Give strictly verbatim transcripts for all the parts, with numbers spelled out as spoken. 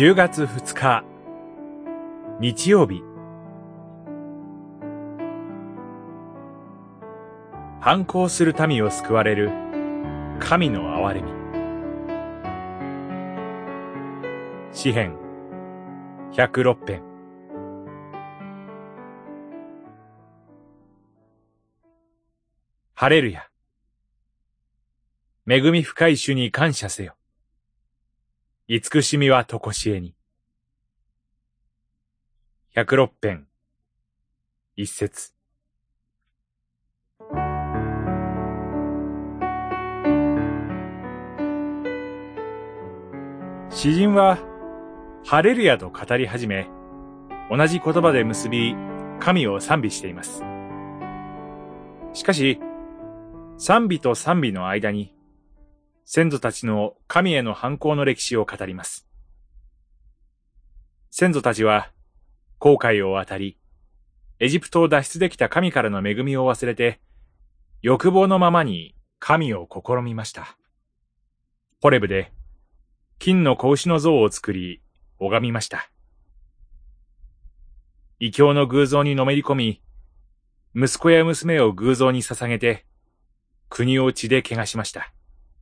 じゅうがつふつか、日曜日。反抗する民を救われる神の憐れみ。詩編ひゃくろく編。ハレルヤ。恵み深い主に感謝せよ。慈しみはとこしえに。ひゃくろく編一節。詩人はハレルヤと語り始め、同じ言葉で結び神を賛美しています。しかし、賛美と賛美の間に先祖たちの神への反抗の歴史を語ります。先祖たちは紅海を渡り、エジプトを脱出できた神からの恵みを忘れて、欲望のままに神を試みました。ホレブで金の子牛の像を作り、拝みました。異教の偶像にのめり込み、息子や娘を偶像に捧げて、国を血で汚しました。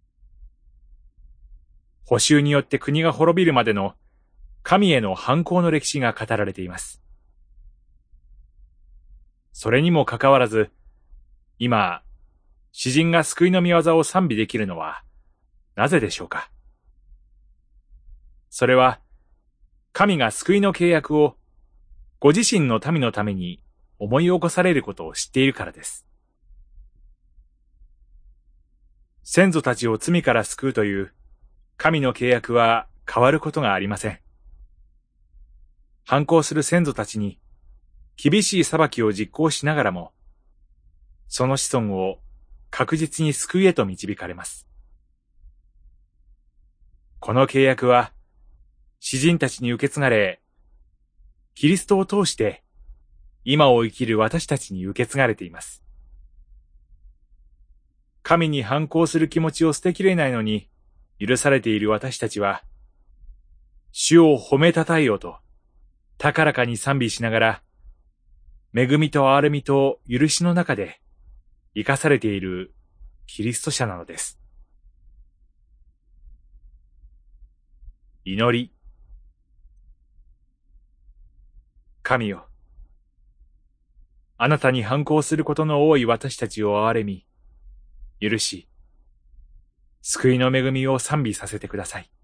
捕囚によって国が滅びるまでの神への反抗の歴史が語られています。それにもかかわらず、今、詩人が救いの御業を賛美できるのはなぜでしょうか。それは、神が救いの契約をご自身の民のために思い起こされることを知っているからです。先祖たちを罪から救うという神の契約は変わることがありません。反抗する先祖たちに厳しい裁きを実行しながらも、その子孫を確実に救いへと導かれます。この契約は、詩人たちに受け継がれ、キリストを通して今を生きる私たちに受け継がれています。神に反抗する気持ちを捨てきれないのに許されている私たちは、主を褒めたたえようと高らかに賛美しながら、恵みと憐れみと許しの中で生かされているキリスト者なのです。祈り。神よ、あなたに反抗することの多い私たちを憐れみ、許し、救いの恵みを賛美させてください。